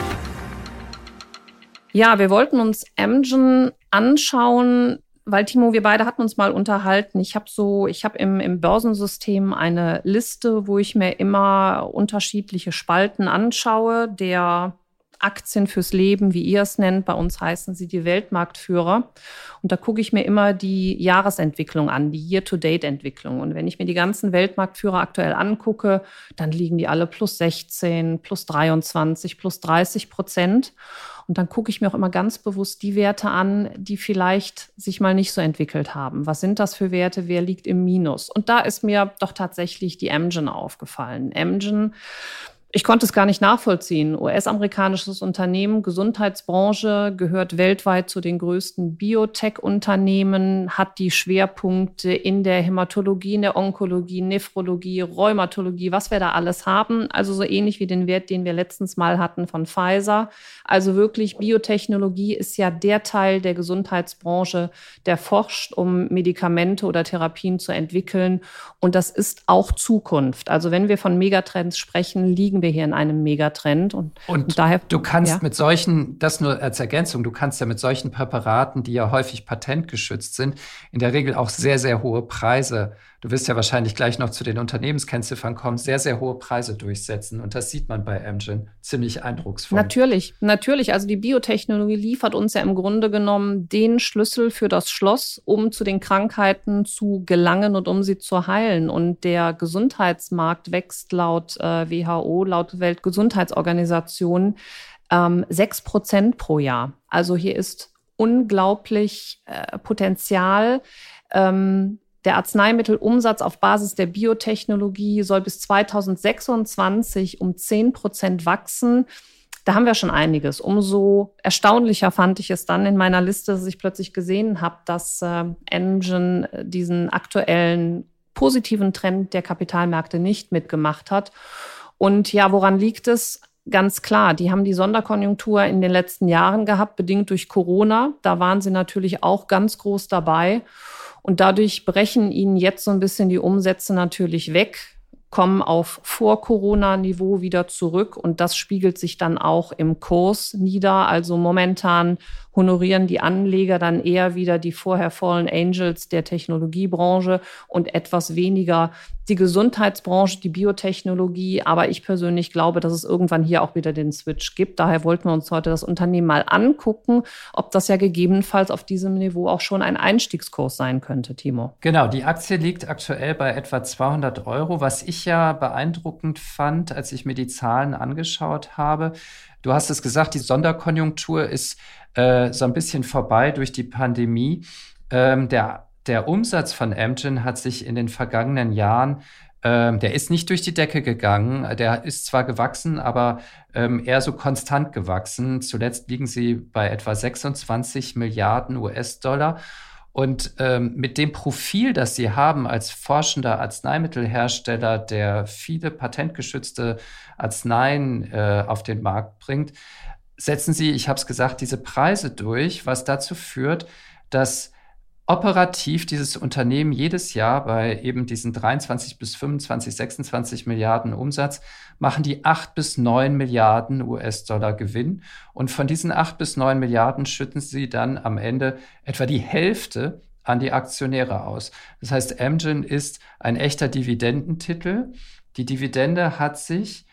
[SPEAKER 2] Ja, wir wollten uns Amgen anschauen, weil Timo, wir beide hatten uns mal unterhalten. Ich habe so, ich habe im, im Börsensystem eine Liste, wo ich mir immer unterschiedliche Spalten anschaue, der Aktien fürs Leben, wie ihr es nennt. Bei uns heißen sie die Weltmarktführer. Und da gucke ich mir immer die Jahresentwicklung an, die Year-to-Date-Entwicklung. Und wenn ich mir die ganzen Weltmarktführer aktuell angucke, dann liegen die alle plus sechzehn, plus dreiundzwanzig, plus dreißig Prozent. Und dann gucke ich mir auch immer ganz bewusst die Werte an, die vielleicht sich mal nicht so entwickelt haben. Was sind das für Werte? Wer liegt im Minus? Und da ist mir doch tatsächlich die Amgen aufgefallen. Amgen Ich konnte es gar nicht nachvollziehen. U S-amerikanisches Unternehmen, Gesundheitsbranche, gehört weltweit zu den größten Biotech-Unternehmen, hat die Schwerpunkte in der Hämatologie, in der Onkologie, Nephrologie, Rheumatologie, was wir da alles haben. Also so ähnlich wie den Wert, den wir letztens mal hatten von Pfizer. Also wirklich, Biotechnologie ist ja der Teil der Gesundheitsbranche, der forscht, um Medikamente oder Therapien zu entwickeln. Und das ist auch Zukunft. Also wenn wir von Megatrends sprechen, liegen wir hier in einem Megatrend. Und,
[SPEAKER 3] und,
[SPEAKER 2] und daher,
[SPEAKER 3] du kannst
[SPEAKER 2] ja.
[SPEAKER 3] mit solchen, das nur als Ergänzung, du kannst ja mit solchen Präparaten, die ja häufig patentgeschützt sind, in der Regel auch sehr, sehr hohe Preise, du wirst ja wahrscheinlich gleich noch zu den Unternehmenskennziffern kommen, sehr, sehr hohe Preise durchsetzen. Und das sieht man bei Amgen ziemlich eindrucksvoll.
[SPEAKER 2] Natürlich, natürlich. Also die Biotechnologie liefert uns ja im Grunde genommen den Schlüssel für das Schloss, um zu den Krankheiten zu gelangen und um sie zu heilen. Und der Gesundheitsmarkt wächst laut äh, W H O, laut Weltgesundheitsorganisation, ähm, sechs Prozent pro Jahr. Also hier ist unglaublich äh, Potenzial. Ähm, Der Arzneimittelumsatz auf Basis der Biotechnologie soll bis zweitausendsechsundzwanzig um zehn Prozent wachsen. Da haben wir schon einiges. Umso erstaunlicher fand ich es dann in meiner Liste, dass ich plötzlich gesehen habe, dass äh, Amgen diesen aktuellen positiven Trend der Kapitalmärkte nicht mitgemacht hat. Und ja, woran liegt es? Ganz klar, die haben die Sonderkonjunktur in den letzten Jahren gehabt, bedingt durch Corona. Da waren sie natürlich auch ganz groß dabei. Und dadurch brechen ihnen jetzt so ein bisschen die Umsätze natürlich weg, kommen auf Vor-Corona-Niveau wieder zurück. Und das spiegelt sich dann auch im Kurs nieder. Also momentan honorieren die Anleger dann eher wieder die vorher Fallen Angels der Technologiebranche und etwas weniger die Gesundheitsbranche, die Biotechnologie. Aber ich persönlich glaube, dass es irgendwann hier auch wieder den Switch gibt. Daher wollten wir uns heute das Unternehmen mal angucken, ob das ja gegebenenfalls auf diesem Niveau auch schon ein Einstiegskurs sein könnte, Timo.
[SPEAKER 3] Genau, die Aktie liegt aktuell bei etwa zweihundert Euro. Was ich ja beeindruckend fand, als ich mir die Zahlen angeschaut habe, du hast es gesagt, die Sonderkonjunktur ist äh, so ein bisschen vorbei durch die Pandemie. Ähm, der, der Umsatz von Amgen hat sich in den vergangenen Jahren, ähm, der ist nicht durch die Decke gegangen. Der ist zwar gewachsen, aber ähm, eher so konstant gewachsen. Zuletzt liegen sie bei etwa sechsundzwanzig Milliarden U S-Dollar. Und ähm, mit dem Profil, das sie haben als forschender Arzneimittelhersteller, der viele patentgeschützte Arzneien äh, auf den Markt bringt, setzen sie, ich habe es gesagt, diese Preise durch, was dazu führt, dass operativ dieses Unternehmen jedes Jahr bei eben diesen dreiundzwanzig bis fünfundzwanzig, sechsundzwanzig Milliarden Umsatz machen die acht bis neun Milliarden U S-Dollar Gewinn. Und von diesen acht bis neun Milliarden schütten sie dann am Ende etwa die Hälfte an die Aktionäre aus. Das heißt, Amgen ist ein echter Dividendentitel. Die Dividende hat sich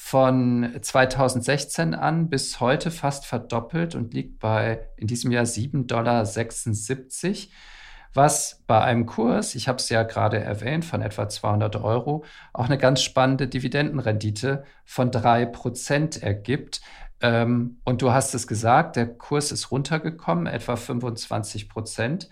[SPEAKER 3] von zweitausendsechzehn an bis heute fast verdoppelt und liegt bei in diesem Jahr sieben Komma sechsundsiebzig Dollar, was bei einem Kurs, ich habe es ja gerade erwähnt, von etwa zweihundert Euro, auch eine ganz spannende Dividendenrendite von drei Prozent ergibt. Ähm, und du hast es gesagt, der Kurs ist runtergekommen, etwa fünfundzwanzig Prozent.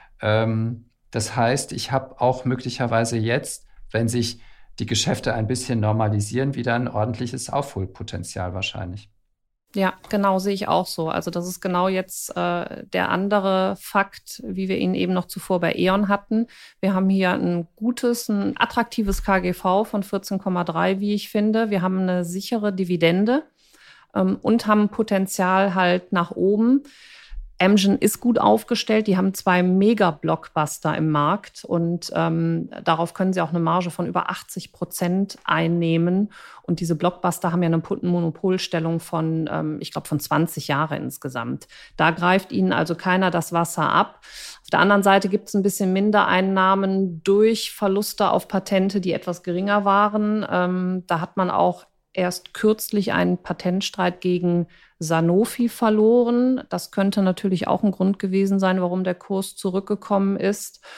[SPEAKER 3] Ähm, das heißt, ich habe auch möglicherweise jetzt, wenn sich die Geschäfte ein bisschen normalisieren, wieder ein ordentliches Aufholpotenzial wahrscheinlich.
[SPEAKER 2] Ja, genau, sehe ich auch so. Also das ist genau jetzt äh, der andere Fakt, wie wir ihn eben noch zuvor bei E.ON hatten. Wir haben hier ein gutes, ein attraktives K G V von vierzehn Komma drei, wie ich finde. Wir haben eine sichere Dividende ähm, und haben Potenzial halt nach oben. Amgen ist gut aufgestellt. Die haben zwei Mega-Blockbuster im Markt und ähm, darauf können sie auch eine Marge von über achtzig Prozent einnehmen. Und diese Blockbuster haben ja eine Monopolstellung von, ähm, ich glaube, von zwanzig Jahre insgesamt. Da greift ihnen also keiner das Wasser ab. Auf der anderen Seite gibt es ein bisschen Mindereinnahmen durch Verluste auf Patente, die etwas geringer waren. Ähm, da hat man auch erst kürzlich einen Patentstreit gegen Sanofi verloren. Das könnte natürlich auch ein Grund gewesen sein, warum der Kurs zurückgekommen ist.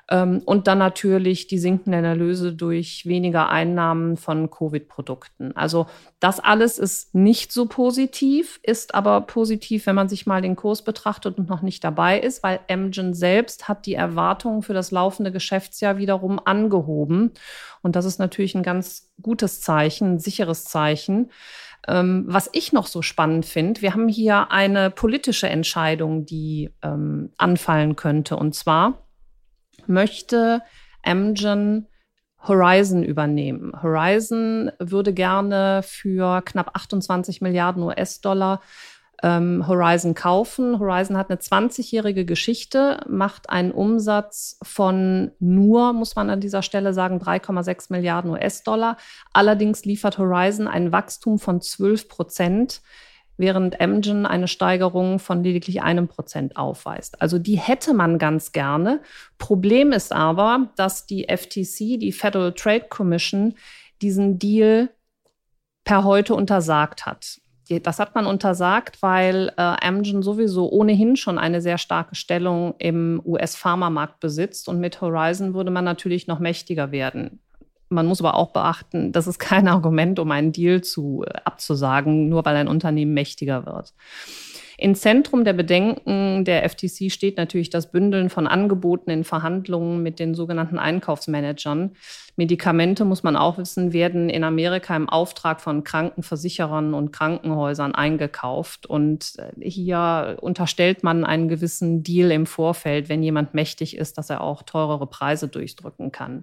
[SPEAKER 2] Ähm, und dann natürlich die sinkenden Erlöse durch weniger Einnahmen von Covid-Produkten. Also das alles ist nicht so positiv, ist aber positiv, wenn man sich mal den Kurs betrachtet und noch nicht dabei ist, weil Amgen selbst hat die Erwartungen für das laufende Geschäftsjahr wiederum angehoben. Und das ist natürlich ein ganz gutes Zeichen, ein sicheres Zeichen. Ähm, was ich noch so spannend finde, wir haben hier eine politische Entscheidung, die ähm, anfallen könnte. Und zwar möchte Amgen Horizon übernehmen. Horizon würde gerne für knapp achtundzwanzig Milliarden U S-Dollar ähm, Horizon kaufen. Horizon hat eine zwanzigjährige Geschichte, macht einen Umsatz von nur, muss man an dieser Stelle sagen, drei Komma sechs Milliarden U S-Dollar. Allerdings liefert Horizon ein Wachstum von zwölf Prozent, während Amgen eine Steigerung von lediglich einem Prozent aufweist. Also die hätte man ganz gerne. Problem ist aber, dass die F T C, die Federal Trade Commission, diesen Deal per heute untersagt hat. Das hat man untersagt, weil äh, Amgen sowieso ohnehin schon eine sehr starke Stellung im U S-Pharmamarkt besitzt und mit Horizon würde man natürlich noch mächtiger werden. Man muss aber auch beachten, das ist kein Argument, um einen Deal zu, äh, abzusagen, nur weil ein Unternehmen mächtiger wird. Im Zentrum der Bedenken der F T C steht natürlich das Bündeln von Angeboten in Verhandlungen mit den sogenannten Einkaufsmanagern. Medikamente, muss man auch wissen, werden in Amerika im Auftrag von Krankenversicherern und Krankenhäusern eingekauft. Und hier unterstellt man einen gewissen Deal im Vorfeld, wenn jemand mächtig ist, dass er auch teurere Preise durchdrücken kann.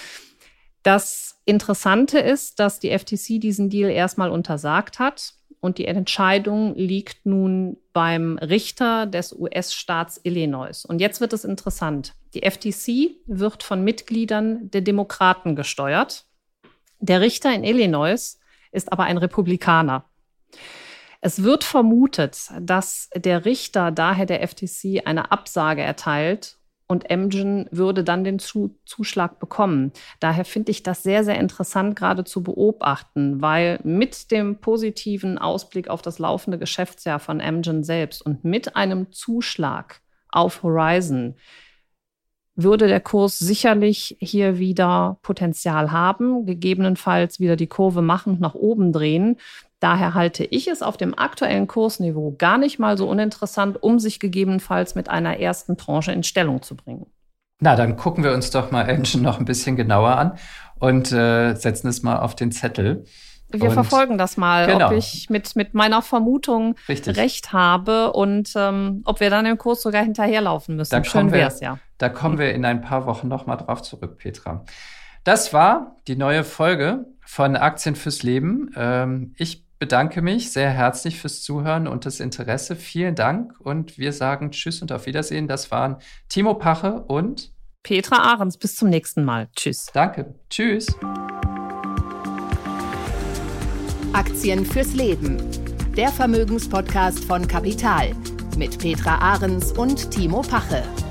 [SPEAKER 2] Das Interessante ist, dass die F T C diesen Deal erstmal untersagt hat. Und die Entscheidung liegt nun beim Richter des U S-Staats Illinois. Und jetzt wird es interessant. Die F T C wird von Mitgliedern der Demokraten gesteuert. Der Richter in Illinois ist aber ein Republikaner. Es wird vermutet, dass der Richter daher der F T C eine Absage erteilt und Amgen würde dann den Zuschlag bekommen. Daher finde ich das sehr, sehr interessant gerade zu beobachten, weil mit dem positiven Ausblick auf das laufende Geschäftsjahr von Amgen selbst und mit einem Zuschlag auf Horizon würde der Kurs sicherlich hier wieder Potenzial haben, gegebenenfalls wieder die Kurve machen und nach oben drehen. Daher halte ich es auf dem aktuellen Kursniveau gar nicht mal so uninteressant, um sich gegebenenfalls mit einer ersten Tranche in Stellung zu bringen.
[SPEAKER 3] Na, dann gucken wir uns doch mal Amgen noch ein bisschen genauer an und äh, setzen es mal auf den Zettel.
[SPEAKER 2] Wir und verfolgen das mal, genau. ob ich mit, mit meiner Vermutung Richtig. recht habe und ähm, ob wir dann im Kurs sogar hinterherlaufen müssen.
[SPEAKER 3] Da
[SPEAKER 2] Schön wäre es ja.
[SPEAKER 3] Da kommen wir in ein paar Wochen noch mal drauf zurück, Petra. Das war die neue Folge von Aktien fürs Leben. Ähm, ich bedanke mich sehr herzlich fürs Zuhören und das Interesse. Vielen Dank und wir sagen Tschüss und auf Wiedersehen. Das waren Timo Pache und
[SPEAKER 2] Petra Ahrens. Bis zum nächsten Mal. Tschüss.
[SPEAKER 3] Danke. Tschüss.
[SPEAKER 1] Aktien fürs Leben. Der Vermögenspodcast von Kapital mit Petra Ahrens und Timo Pache.